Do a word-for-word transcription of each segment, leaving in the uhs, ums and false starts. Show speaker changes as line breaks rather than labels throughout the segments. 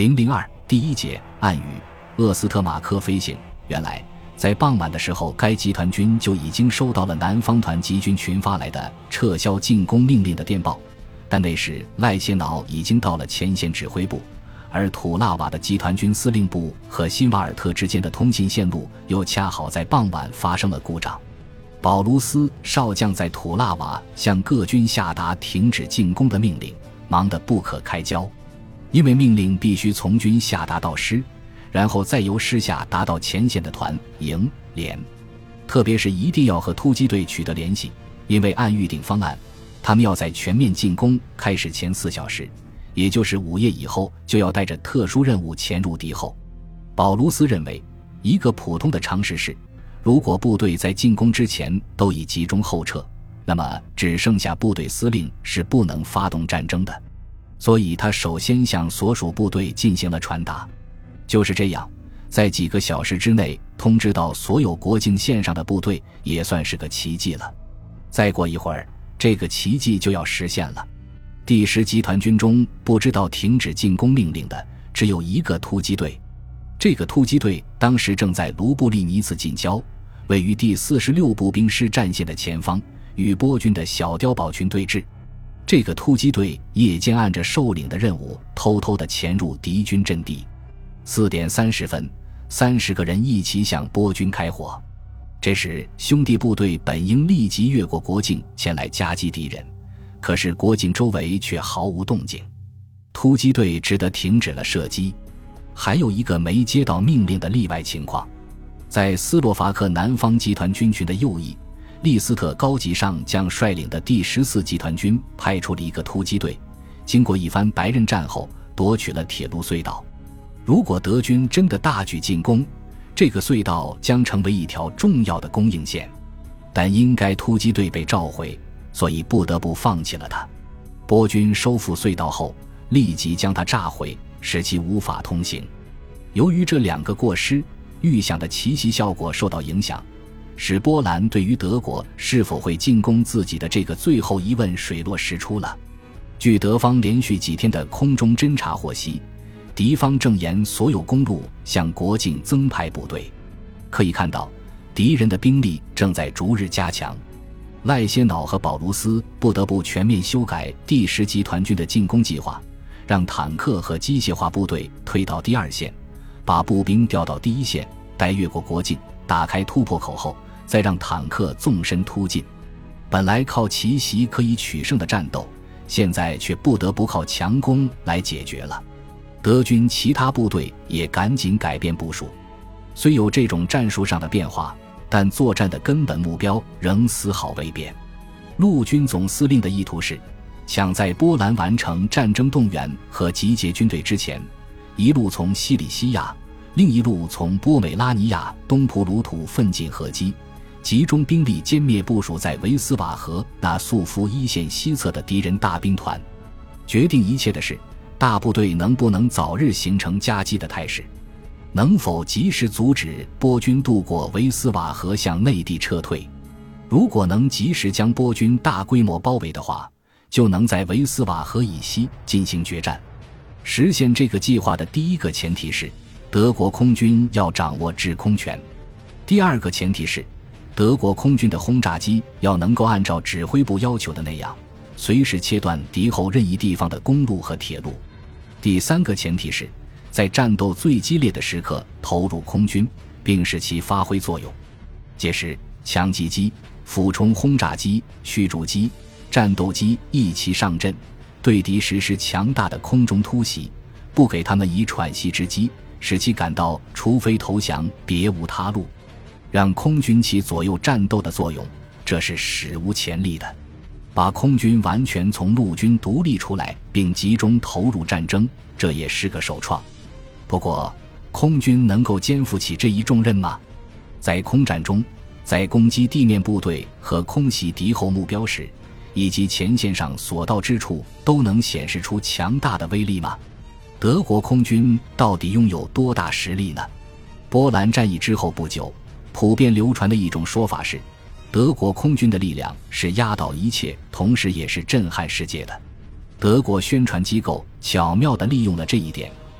零零二第一节暗语厄斯特马科飞行。原来在傍晚的时候，该集团军就已经收到了南方团级军群发来的撤销进攻命令的电报，但那时赖谢瑙已经到了前线指挥部，而土拉瓦的集团军司令部和辛瓦尔特之间的通信线路又恰好在傍晚发生了故障。保卢斯少将在土拉瓦向各军下达停止进攻的命令，忙得不可开交，因为命令必须从军下达到师，然后再由师下达到前线的团、营、连，特别是一定要和突击队取得联系，因为按预定方案，他们要在全面进攻开始前四小时，也就是午夜以后，就要带着特殊任务潜入敌后。保卢斯认为，一个普通的常识是，如果部队在进攻之前都已集中后撤，那么只剩下部队司令是不能发动战争的。所以他首先向所属部队进行了传达。就是这样，在几个小时之内通知到所有国境线上的部队，也算是个奇迹了。再过一会儿，这个奇迹就要实现了。第十集团军中不知道停止进攻命令的只有一个突击队，这个突击队当时正在卢布利尼茨近郊，位于第四十六步兵师战线的前方，与波军的小碉堡群对峙。这个突击队夜间按着首领的任务，偷偷地潜入敌军阵地。四点三十分，三十个人一起向波军开火。这时兄弟部队本应立即越过国境前来夹击敌人，可是国境周围却毫无动静，突击队只得停止了射击。还有一个没接到命令的例外情况，在斯洛伐克南方集团军群的右翼，利斯特高级上将率领的第十四集团军派出了一个突击队，经过一番白刃战后夺取了铁路隧道。如果德军真的大举进攻，这个隧道将成为一条重要的供应线，但因该突击队被召回，所以不得不放弃了它。波军收复隧道后，立即将它炸毁，使其无法通行。由于这两个过失，预想的奇袭效果受到影响，使波兰对于德国是否会进攻自己的这个最后疑问水落石出了。据德方连续几天的空中侦察获悉，敌方正沿所有公路向国境增派部队，可以看到敌人的兵力正在逐日加强。赖歇瑙和保卢斯不得不全面修改第十集团军的进攻计划，让坦克和机械化部队退到第二线，把步兵调到第一线，待越过国境打开突破口后，再让坦克纵深突进。本来靠奇袭可以取胜的战斗，现在却不得不靠强攻来解决了。德军其他部队也赶紧改变部署，虽有这种战术上的变化，但作战的根本目标仍丝毫未变。陆军总司令的意图是抢在波兰完成战争动员和集结军队之前，一路从西里西亚，另一路从波美拉尼亚东普鲁土奋进合击，集中兵力歼灭部署在维斯瓦河那速夫一线西侧的敌人大兵团。决定一切的是大部队能不能早日形成夹击的态势，能否及时阻止波军渡过维斯瓦河向内地撤退。如果能及时将波军大规模包围的话，就能在维斯瓦河以西进行决战。实现这个计划的第一个前提是德国空军要掌握制空权，第二个前提是德国空军的轰炸机要能够按照指挥部要求的那样，随时切断敌后任意地方的公路和铁路。第三个前提是在战斗最激烈的时刻投入空军，并使其发挥作用。届时强击机、俯冲轰炸机、驱逐机、战斗机一齐上阵，对敌实施强大的空中突袭，不给他们以喘息之机，使其感到除非投降别无他路，让空军起左右战斗的作用，这是史无前例的。把空军完全从陆军独立出来并集中投入战争，这也是个首创。不过空军能够肩负起这一重任吗？在空战中，在攻击地面部队和空袭敌后目标时，以及前线上所到之处，都能显示出强大的威力吗？德国空军到底拥有多大实力呢？波兰战役之后不久，普遍流传的一种说法是，德国空军的力量是压倒一切，同时也是震撼世界的。德国宣传机构巧妙地利用了这一点，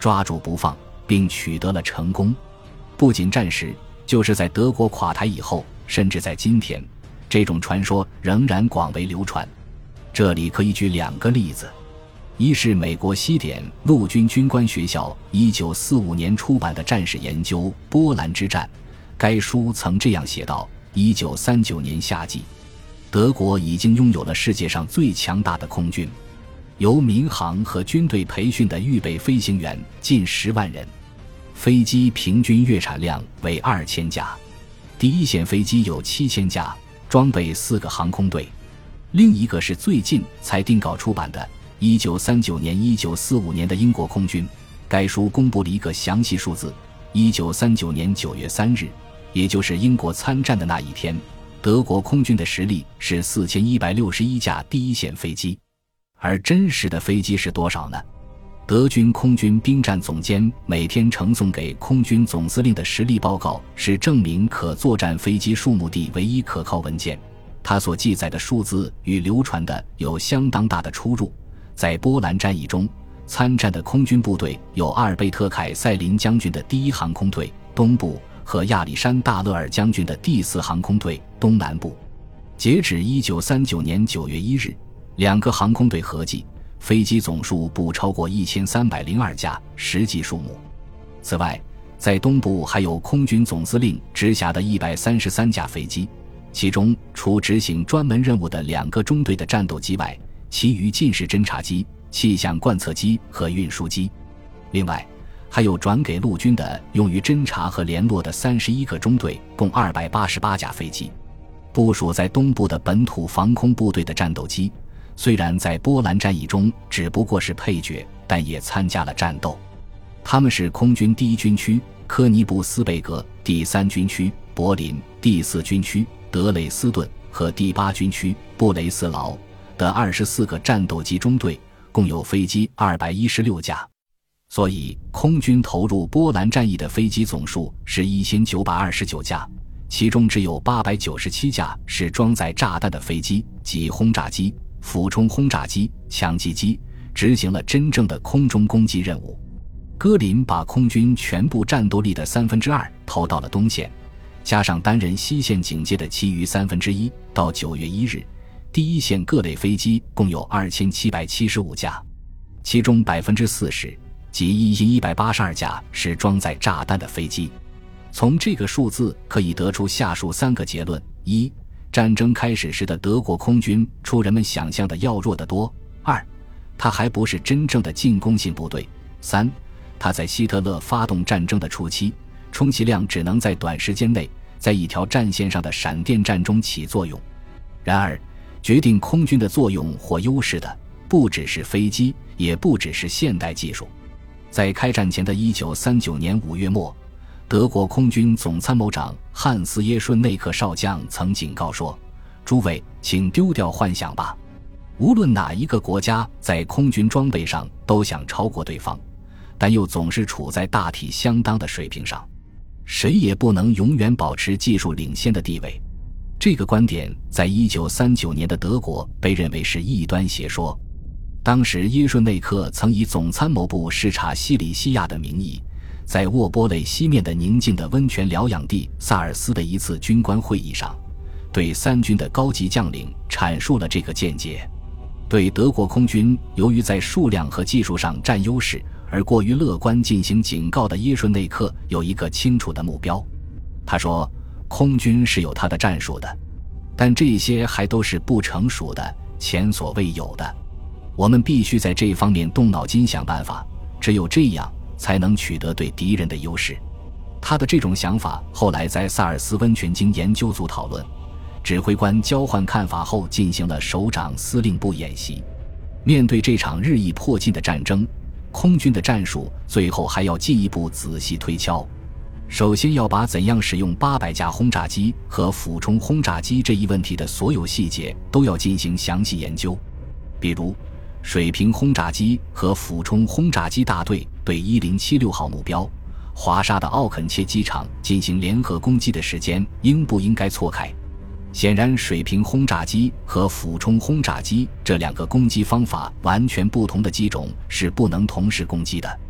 抓住不放，并取得了成功。不仅战时，就是在德国垮台以后，甚至在今天，这种传说仍然广为流传。这里可以举两个例子，一是美国西点陆军军官学校一九四五年出版的战史研究《波兰之战》，该书曾这样写道：一九三九年夏季，德国已经拥有了世界上最强大的空军，由民航和军队培训的预备飞行员近十万人，飞机平均月产量为二千架，第一线飞机有七千架，装备四个航空队。另一个是最近才定稿出版的一九三九年一九四五年的英国空军，该书公布了一个详细数字：一九三九年九月三日，也就是英国参战的那一天，德国空军的实力是四千一百六十一架第一线飞机。而真实的飞机是多少呢？德军空军兵站总监每天呈送给空军总司令的实力报告是证明可作战飞机数目的唯一可靠文件，它所记载的数字与流传的有相当大的出入。在波兰战役中，参战的空军部队有阿尔贝特·凯塞林将军的第一航空队东部和亚历山大·勒尔将军的第四航空队东南部。截止一九三九年九月一日，两个航空队合计飞机总数不超过一千三百零二架，实际数目。此外，在东部还有空军总司令直辖的一百三十三架飞机，其中除执行专门任务的两个中队的战斗机外，其余尽是侦察机、气象观测机和运输机。另外，还有转给陆军的用于侦察和联络的三十一个中队，共二百八十八架飞机。部署在东部的本土防空部队的战斗机，虽然在波兰战役中只不过是配角，但也参加了战斗。他们是空军第一军区科尼布斯贝格、第三军区柏林、第四军区德累斯顿和第八军区布雷斯劳的二十四个战斗机中队，共有飞机二百一十六架。所以空军投入波兰战役的飞机总数是一千九百二十九架，其中只有八百九十七架是装载炸弹的飞机及轰炸机、俯冲轰炸机、强击机，执行了真正的空中攻击任务。戈林把空军全部战斗力的三分之二投到了东线，加上担任西线警戒的其余三分之一，到九月一日，第一线各类飞机共有二千七百七十五架，其中百分之四十，即一千一百八十二架是装载炸弹的飞机。从这个数字可以得出下述三个结论：一、战争开始时的德国空军出人们想象的要弱得多；二、它还不是真正的进攻性部队；三、它在希特勒发动战争的初期，充其量只能在短时间内在一条战线上的闪电战中起作用。然而，决定空军的作用或优势的不只是飞机，也不只是现代技术。在开战前的一九三九年五月末，德国空军总参谋长汉斯·耶顺内克少将曾警告说：诸位，请丢掉幻想吧，无论哪一个国家在空军装备上都想超过对方，但又总是处在大体相当的水平上，谁也不能永远保持技术领先的地位。这个观点在一九三九年的德国被认为是异端邪说。当时耶顺内克曾以总参谋部视察西里西亚的名义，在沃波雷西面的宁静的温泉疗养地萨尔斯的一次军官会议上，对三军的高级将领阐述了这个见解。对德国空军由于在数量和技术上占优势而过于乐观进行警告的耶顺内克有一个清楚的目标。他说，空军是有他的战术的，但这些还都是不成熟的，前所未有的。我们必须在这方面动脑筋想办法，只有这样才能取得对敌人的优势。他的这种想法后来在萨尔斯温泉经研究组讨论，指挥官交换看法后进行了首长司令部演习。面对这场日益迫近的战争，空军的战术最后还要进一步仔细推敲。首先要把怎样使用八百架轰炸机和俯冲轰炸机这一问题的所有细节都要进行详细研究。比如水平轰炸机和俯冲轰炸机大队对一零七六号目标华沙的奥肯切机场进行联合攻击的时间应不应该错开。显然水平轰炸机和俯冲轰炸机这两个攻击方法完全不同的机种是不能同时攻击的。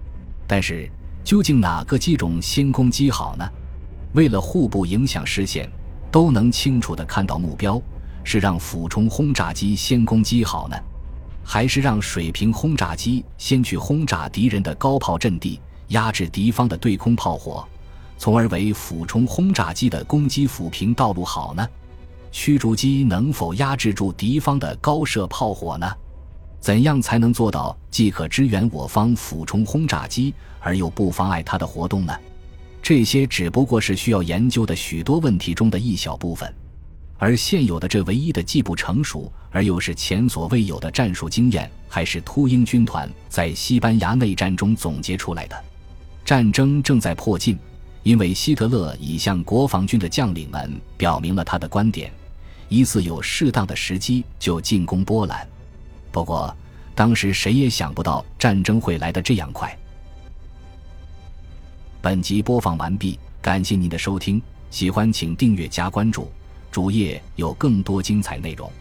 但是究竟哪个机种先攻击好呢？为了互不影响视线，都能清楚地看到目标，是让俯冲轰炸机先攻击好呢，还是让水平轰炸机先去轰炸敌人的高炮阵地，压制敌方的对空炮火，从而为俯冲轰炸机的攻击抚平道路好呢？驱逐机能否压制住敌方的高射炮火呢？怎样才能做到既可支援我方俯冲轰炸机，而又不妨碍它的活动呢？这些只不过是需要研究的许多问题中的一小部分，而现有的这唯一的既不成熟而又是前所未有的战术经验，还是秃鹰军团在西班牙内战中总结出来的。战争正在迫近，因为希特勒已向国防军的将领们表明了他的观点，疑似有适当的时机就进攻波兰。不过当时谁也想不到战争会来得这样快。本集播放完毕，感谢您的收听，喜欢请订阅加关注，主页有更多精彩内容。